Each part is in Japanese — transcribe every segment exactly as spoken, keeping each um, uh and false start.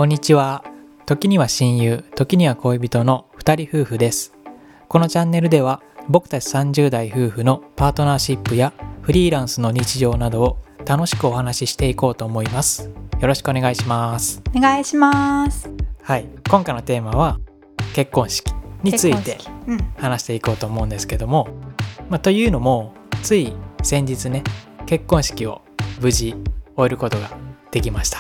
こんにちは。時には親友、時には恋人のふたり夫婦です。このチャンネルでは僕たちさんじゅう代夫婦のパートナーシップやフリーランスの日常などを楽しくお話ししていこうと思います。よろしくお願いします。 お願いします。 はい、今回のテーマは結婚式について結婚式、うん、 話していこうと思うんですけども、まあ、というのもつい先日ね、結婚式を無事終えることができました。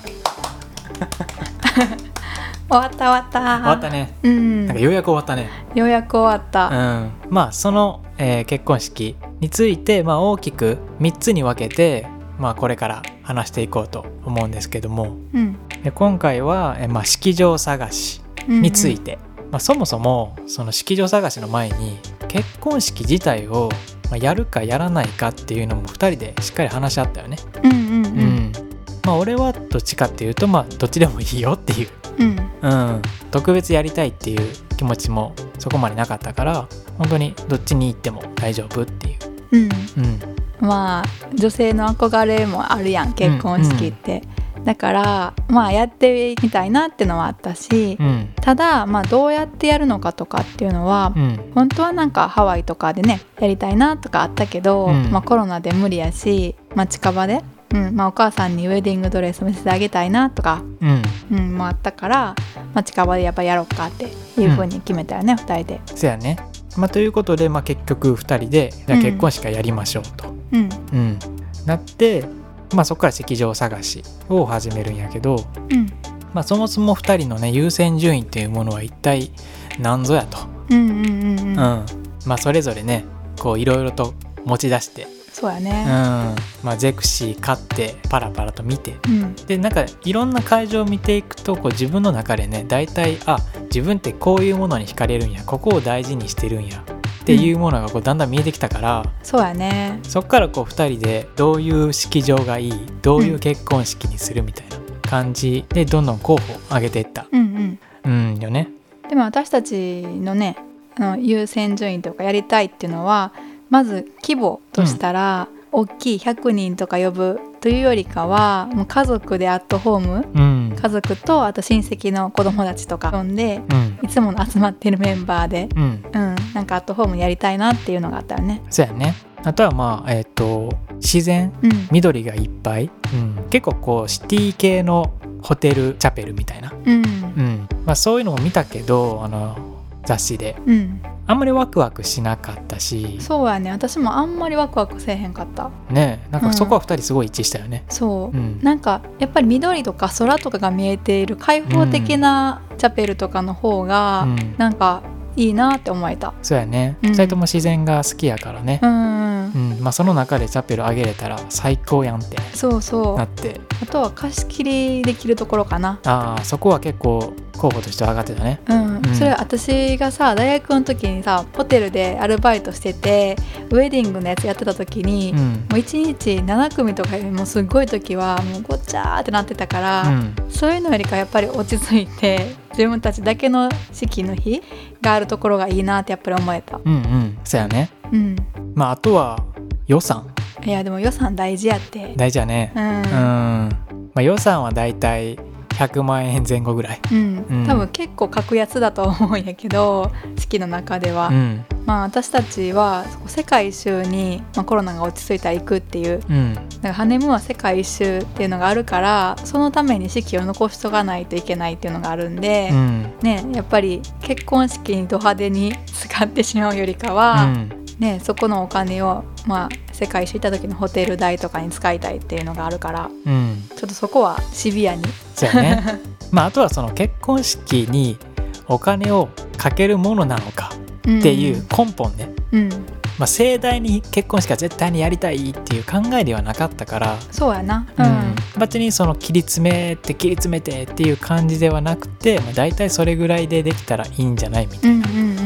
終わった終わった終わったね、 うん、 なんかようやく終わったね。 ようやく終わった、 うん、まあその、えー結婚式について、まあ、大きくみっつに分けて、まあ、これから話していこうと思うんですけども、 うん、 で今回は、えーまあ、式場探しについて、うんうん、まあ、そもそもその式場探しの前に結婚式自体を、まあ、やるかやらないかっていうのもふたりでしっかり話し合ったよね。 うんうんうん、 うんまあ、俺はどっちかっていうと、まあ、どっちでもいいよっていう、 うんうん、特別やりたいっていう気持ちもそこまでなかったから、本当にどっちに行っても大丈夫っていう、 うんうん、 まあ女性の憧れもあるやん、結婚式って、うんうん、だからまあやってみたいなってのはあったし、うん、ただまあどうやってやるのかとかっていうのは、うん、本当はなんかハワイとかでねやりたいなとかあったけど、うんまあ、コロナで無理やし、まあ、近場でうんまあ、お母さんにウェディングドレス見せてあげたいなとか、うんうん、もあったから、まあ、近場でやっぱやろうかっていう風に決めたよね、うん、ふたりで。 そうやね、まあ、ということで、まあ、結局ふたりで結婚式やりましょうと、うんうん、なって、まあ、そこから式場探しを始めるんやけど、うんまあ、そもそもふたりの、ね、優先順位っていうものは一体何ぞやと、うんうんうんうんうんまあ、それぞれねこういろいろと持ち出してそうやね、 うんまあ、ゼクシー買ってパラパラと見て、うん、でなんかいろんな会場を見ていくとこう自分の中でね大体あ自分ってこういうものに惹かれるんや、ここを大事にしてるんやっていうものがこうだんだん見えてきたから、うん、 そうやね、 そっからこうふたりでどういう式場がいい、どういう結婚式にするみたいな感じでどんどん候補を上げていった、うんうん、うんよね。 でも私たちのねあの優先順位とかやりたいっていうのはまず規模としたら、うん、大きいひゃくにんとか呼ぶというよりかはもう家族でアットホーム、うん、家族とあと親戚の子供たちとか呼んで、うん、いつもの集まってるメンバーで、うんうん、なんかアットホームやりたいなっていうのがあったよね。 そうやね。あとはまあえっと自然、うん、緑がいっぱい、うん、結構こうシティ系のホテルチャペルみたいな、うんうんまあ、そういうのも見たけどあの雑誌で、うん、あんまりワクワクしなかったし。 そうやね、私もあんまりワクワクせえへんかったね。なんかそこはふたりすごい一致したよね、 うん、そう、うん、なんかやっぱり緑とか空とかが見えている開放的なチャペルとかの方が、うん、なんかいいなって思えた。 そうやね、うん、ふたりとも自然が好きやからね、うんうんまあ、その中でチャペルあげれたら最高やんってそうそうなって、 あとは貸し切りできるところかな。 あそこは結構候補として上がってたね、 うんうん、それ私がさ大学の時にさホテルでアルバイトしててウェディングのやつやってた時に、うん、もういちにちなな組とかもうすごい時はもうごっちゃーってなってたから、うん、そういうのよりかやっぱり落ち着いて自分たちだけの式の日があるところがいいなってやっぱり思えた。 うんうんそうやね、うんまあ、あとは予算。 いやでも予算大事やって。 大事やね、うんうんまあ、予算はだいたいひゃくまんえんぜん後ぐらい、うんうん、多分結構格安だと思うんやけど式の中では、うんまあ、私たちは世界一周に、まあ、コロナが落ち着いたら行くっていう、うん、だからハネムーンは世界一周っていうのがあるからそのために式を残しとかないといけないっていうのがあるんで、うんね、やっぱり結婚式にド派手に使ってしまうよりかは、うんね、そこのお金を、まあ、世界一周行った時のホテル代とかに使いたいっていうのがあるから、うん、ちょっとそこはシビアにそうやねまあ、あとはその結婚式にお金をかけるものなのかっていう根本ね、うんまあ、盛大に結婚式は絶対にやりたいっていう考えではなかったから。 そうやな、 うんうん、別にその切り詰めて切り詰めてっていう感じではなくて、まあ、大体それぐらいでできたらいいんじゃないみたいな、うんうんうんうん、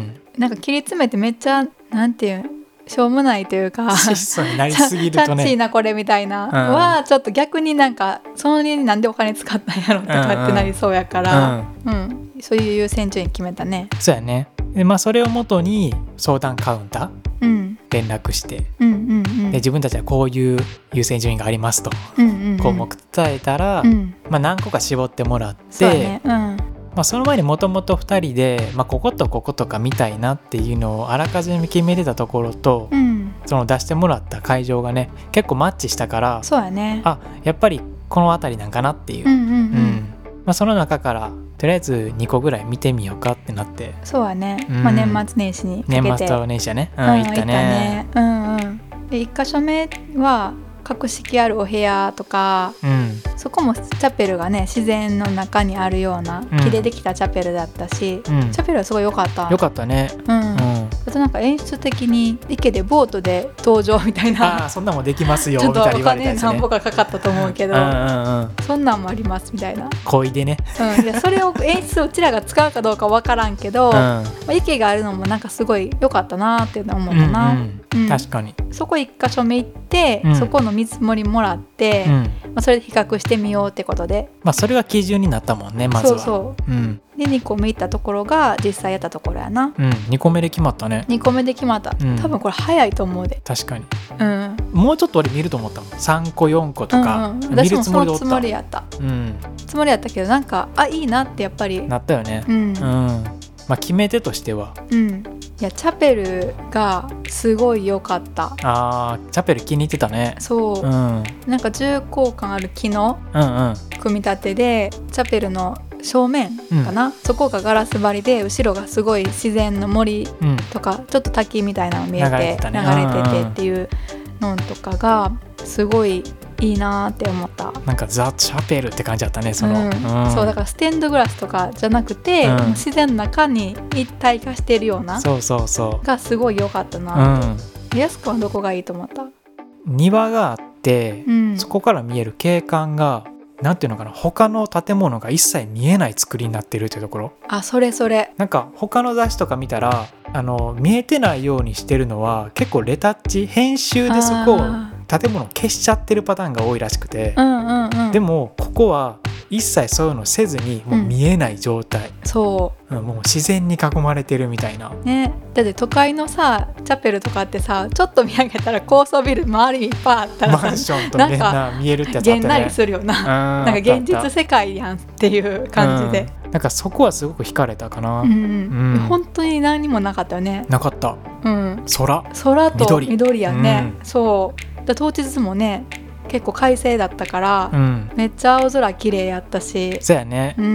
なんか切り詰めてめっちゃなんていうしょうもないというか質素になりすぎるとねキャッチーなこれみたいな、うん、はちょっと逆になんかそのになんでお金使ったんやろとかってなりそうやから、うんうんうん、そういう優先順位決めたね。 そうやね。で、まあ、それをもとに相談カウンター、うん、ウェ連絡して、うんうんうん、で自分たちはこういう優先順位がありますと、うんうんうん、項目伝えたら、うんまあ、何個か絞ってもらって、ねうんまあ、その前にもともとふたりで、まあ、こことこことか見たいなっていうのをあらかじめ決めてたところと、うん、その出してもらった会場がね結構マッチしたから、 そうやね、 あやっぱりこの辺りなんかなっていう、うんうんうんうんまあ、その中からとりあえずにこぐらい見てみようかってなって、 そうやね、うんまあ、年末年始にかけて年末と年始やね、うん、行ったね、 うんうん、でいっかしょめは格式あるお部屋とか、うん、そこもチャペルがね自然の中にあるような木でできたチャペルだったし、うん、チャペルはすごい良かった良かったね、うんうん、 あとなんか演出的に池でボートで登場みたいな、 あそんなんもできますよみたいな言われたやつね、ちょっとお金何ぼかかかったと思うけどうんうん、うん、そんなんもありますみたいな恋でね、 うん、いやそれを演出うちらが使うかどうか分からんけど、うんまあ、池があるのもなんかすごい良かったなって思ったな、うんうんうん、確かにそこ一箇所目行って、うん、そこの見積もりもらって、うんまあ、それで比較してみようってことで、 まあ、それが基準になったもんねまずは。 そうそう、うん、でにこめ行ったところが実際やったところやな、 うん、にこめで決まったね。 にこめで決まった、うん、多分これ早いと思うで。 確かに、うん、もうちょっと俺見ると思ったもんさんこよんことか、うんうん、 見るつもりでおった。私もそのつもりやった、うん、つもりやったけどなんかあいいなってやっぱりなったよね、うん、うんまあ、決め手としては、 うん、いやチャペルがすごい良かった。 あーチャペル気に入ってたね。 そう、うん、なんか重厚感ある木の組み立てで、うんうん、チャペルの正面かな、うん、そこがガラス張りで後ろがすごい自然の森とか、うん、ちょっと滝みたいなの見えて流れてて、ね、流れててっていうのとかがすごいいいなって思った。 なんかザ・チャペルって感じだったねその、うんうん、そうだからステンドグラスとかじゃなくて、うん、自然の中に一体化しているようなそうそうそうがすごい良かったなって、うん、やすくんはどこがいいと思った？ 庭があって、うん、そこから見える景観がなんていうのかな他の建物が一切見えない作りになってるっていうところ。 あそれそれなんか他の雑誌とか見たらあの見えてないようにしてるのは結構レタッチ編集でそこを建物を消しちゃってるパターンが多いらしくて、うんうんうん、でもここは一切そういうのせずにもう見えない状態、うん、 そう、 うん、もう自然に囲まれてるみたいな、 ね、だって都会のさチャペルとかってさちょっと見上げたら高層ビル周りにいっぱいあったらさマンションとみんな見えるってやつあったね。 げんなりするよな、うん、なんか現実世界やんっていう感じで、 うん、なんかそこはすごく惹かれたかな、うんうん、本当に何もなかったよね。 なかった、うん、空空と 緑, 緑やね、うん、そうだ当日もね結構快晴だったから、うん、めっちゃ青空綺麗やったしそうやね、うんうん、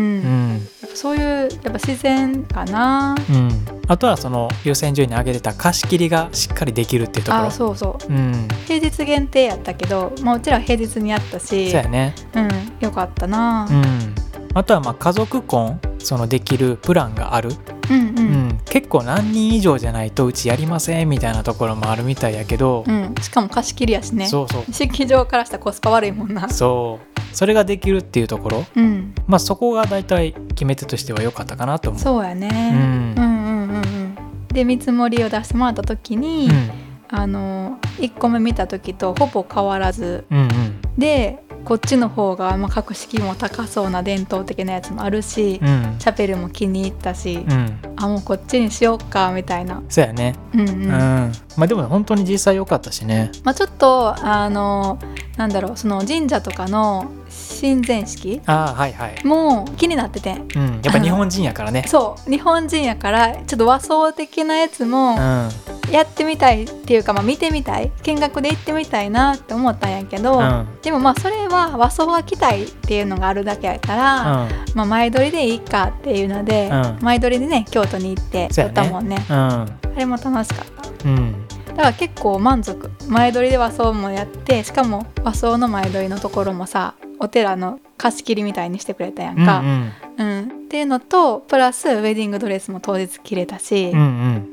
そういうやっぱ自然かな、うん、 あとはその優先順位に上げてた貸し切りがしっかりできるっていうところ。 あそうそう、うん、平日限定やったけど、まあ、うちら平日にやったしそうやね、 うん、よかったな、 うん、あとはまあ家族婚そのできるプランがある、うんうんうん、結構何人以上じゃないとうちやりませんみたいなところもあるみたいやけど、 うん、しかも貸し切りやしね。 そうそう式場からしたらコスパ悪いもんな。 そうそれができるっていうところ、うん、まあそこがだいたい決め手としては良かったかなと思う。 そうやね、うん、うんうんうんうんで見積もりを出してもらった時に、うん、あのいっこめ見た時とほぼ変わらず、うんうん、でこっちの方が、まあ、格式も高そうな伝統的なやつもあるし、うん、チャペルも気に入ったし、うん、あもうこっちにしよっかみたいな。 そうやね、うんうんうん、まあでも本当に実際良かったしね、 まあ、ちょっとあのなんだろうその神社とかの神前式あ、はいはい、 もう気になってて、 うん、やっぱ日本人やからねそう日本人やからちょっと和装的なやつもやってみたいっていうか、まあ、見てみたい見学で行ってみたいなって思ったんやけど、うん、でもまあそれは和装が着たいっていうのがあるだけやから、うんまあ、前撮りでいいかっていうので、うん、前撮りでね京都に行って撮ったもんね、うん、あれも楽しかった、うんだから結構満足。前撮りで和装もやってしかも和装の前撮りのところもさお寺の貸し切りみたいにしてくれたやんか、うんうんうん、っていうのとプラスウェディングドレスも当日着れたし、うんうん、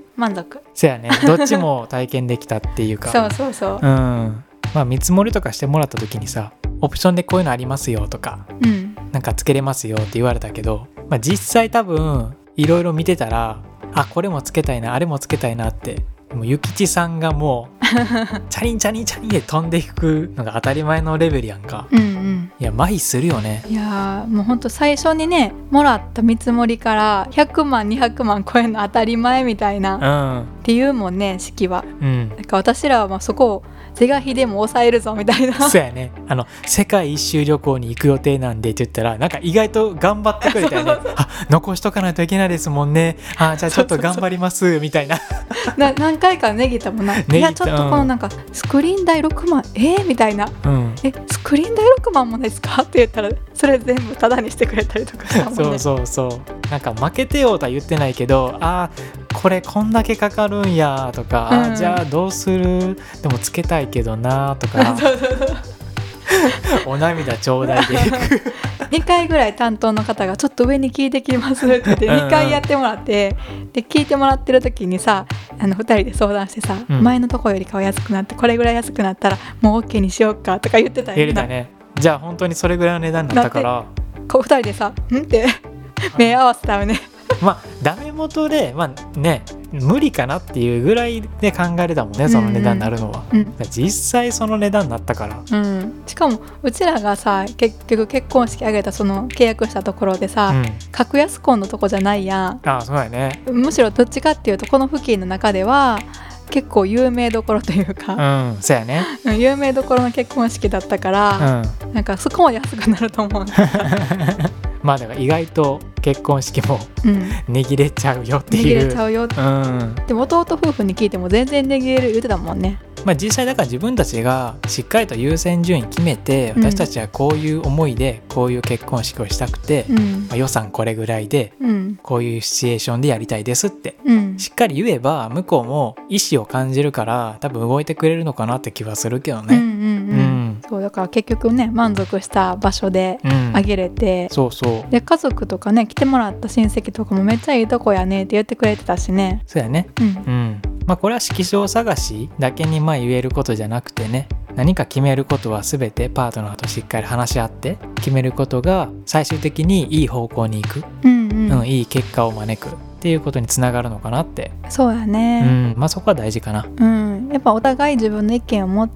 満足。 そうやねどっちも体験できたっていうかそうそうそう、 うんまあ、見積もりとかしてもらった時にさオプションでこういうのありますよとか、うん、なんかつけれますよって言われたけど、まあ、実際多分いろいろ見てたらあこれもつけたいなあれもつけたいなってもうゆきちさんがもうチャリンチャリンチャリンで飛んでいくのが当たり前のレベルやんか、うんうん、 いや麻痺するよね。 いやもうほんと最初にねもらった見積もりからひゃくまんにひゃくまん超えるの当たり前みたいな、うん、っていうもんね式は、うん、なんか私らはまあそこを是が非でも抑えるぞみたいな。 そうやね、あの世界一周旅行に行く予定なんでって言ったらなんか意外と頑張ってくれたよね。あ残しとかないといけないですもんね、あじゃあちょっと頑張りますみたいな。 な何回か値切ったもんな。いやちょっとこのなんかスクリーン代ろくまんえー、みたいな、うん、えスクリーン代ろくまんもですかって言ったらそれ全部タダにしてくれたりとかしたもんね。 そうそうそう、なんか負けてよとは言ってないけど、あこれこんだけかかるんやとか、うん、あじゃあどうするでもつけたいけどなとかお涙ちょうだいでにかいぐらい担当の方がちょっと上に聞いてきますって言ってにかいやってもらって、で聞いてもらってる時にさあのふたりで相談してさ、うん、前のとこよりかは安くなってこれぐらい安くなったらもう OK にしようかとか言ってたよね。 言ってたね。じゃあ本当にそれぐらいの値段になったからこうふたりでさんって目合わせたよね。 まあダメ元でまあね無理かなっていうぐらいで考えれたもんね、その値段になるのは、うんうん、実際その値段になったから、 うん、しかもうちらがさ結局結婚式挙げたその契約したところでさ、うん、格安婚のとこじゃないやん。 ああそうやね。 むしろどっちかっていうとこの付近の中では結構有名どころというか、 うんそうやね、 有名どころの結婚式だったから、うん、なんかそこまで安くなると思うまあだから意外と結婚式も、うん、値切れちゃうよっていう。値切れちゃうよ、うん、でも弟夫婦に聞いても全然値切れる言ってたもんね。 まあ、実際だから自分たちがしっかりと優先順位決めて、私たちはこういう思いでこういう結婚式をしたくて、うんまあ、予算これぐらいで、うん、こういうシチュエーションでやりたいですって、うん、しっかり言えば向こうも意思を感じるから多分動いてくれるのかなって気はするけどね。うんうんうんうんそうだから結局ね満足した場所であげれて、 うん、そうそうで家族とかね来てもらった親戚とかもめっちゃいいとこやねって言ってくれてたしね。 そうやね、うん、うんまあ、これは式場探しだけにまあ言えることじゃなくてね、何か決めることは全てパートナーとしっかり話し合って決めることが最終的にいい方向に行く、うんうんうん、いい結果を招くっていうことにつながるのかなって。 そうやね、 うんまあ、そこは大事かな、 うん、やっぱお互い自分の意見を持って、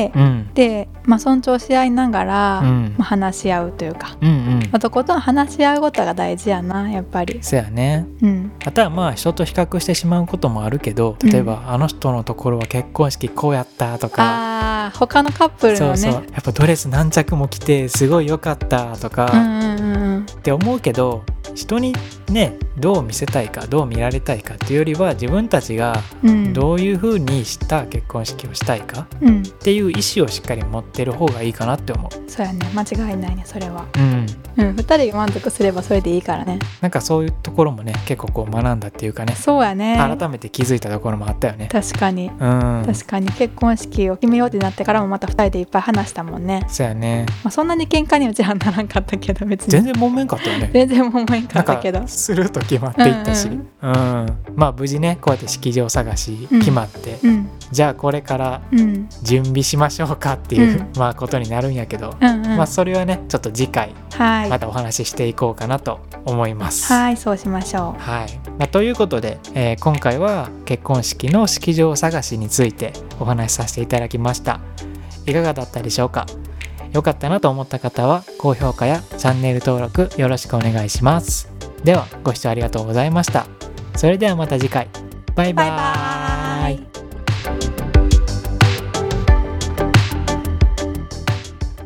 うん、で、まあ、尊重し合いながら、うんまあ、話し合うというか、うんうんまあ、とことん話し合うことが大事やなやっぱり。 そうやね、うん、あとはまあ人と比較してしまうこともあるけど、例えば、うん、あの人のところは結婚式こうやったとか、 あ他のカップルのね、 そうそうやっぱドレス何着も着てすごい良かったとか、うんうんうん、って思うけど、人にねどう見せたいかどう見られたいかっていうよりは自分たちがどういう風にした結婚式をしたいかっていう意思をしっかり持ってる方がいいかなって思う。 そうやね間違いないねそれは、うんうん、ふたりが満足すればそれでいいからね。 なんかそういうところもね結構こう学んだっていうかね。 そうやね改めて気づいたところもあったよね。 確かに、うん、確かに結婚式を決めようってなってからもまたふたりでいっぱい話したもんね。 そうやね、 まあ、そんなに喧嘩にうちはならんかったけど別に全然もめんかったよね全然もめんかったけどすると決まっていったし、うんうんうん、まあ無事ねこうやって式場探し決まって、うん、じゃあこれから準備しましょうかっていう、うん、まあことになるんやけど、うんうん、まあそれはねちょっと次回またお話ししていこうかなと思います。 はいそうしましょう。 はい、まあ、ということで、えー、今回は結婚式の式場探しについてお話しさせていただきました。いかがだったでしょうか。良かったなと思った方は高評価やチャンネル登録よろしくお願いします。ではご視聴ありがとうございました。それではまた次回。バイバイ。バイバイ。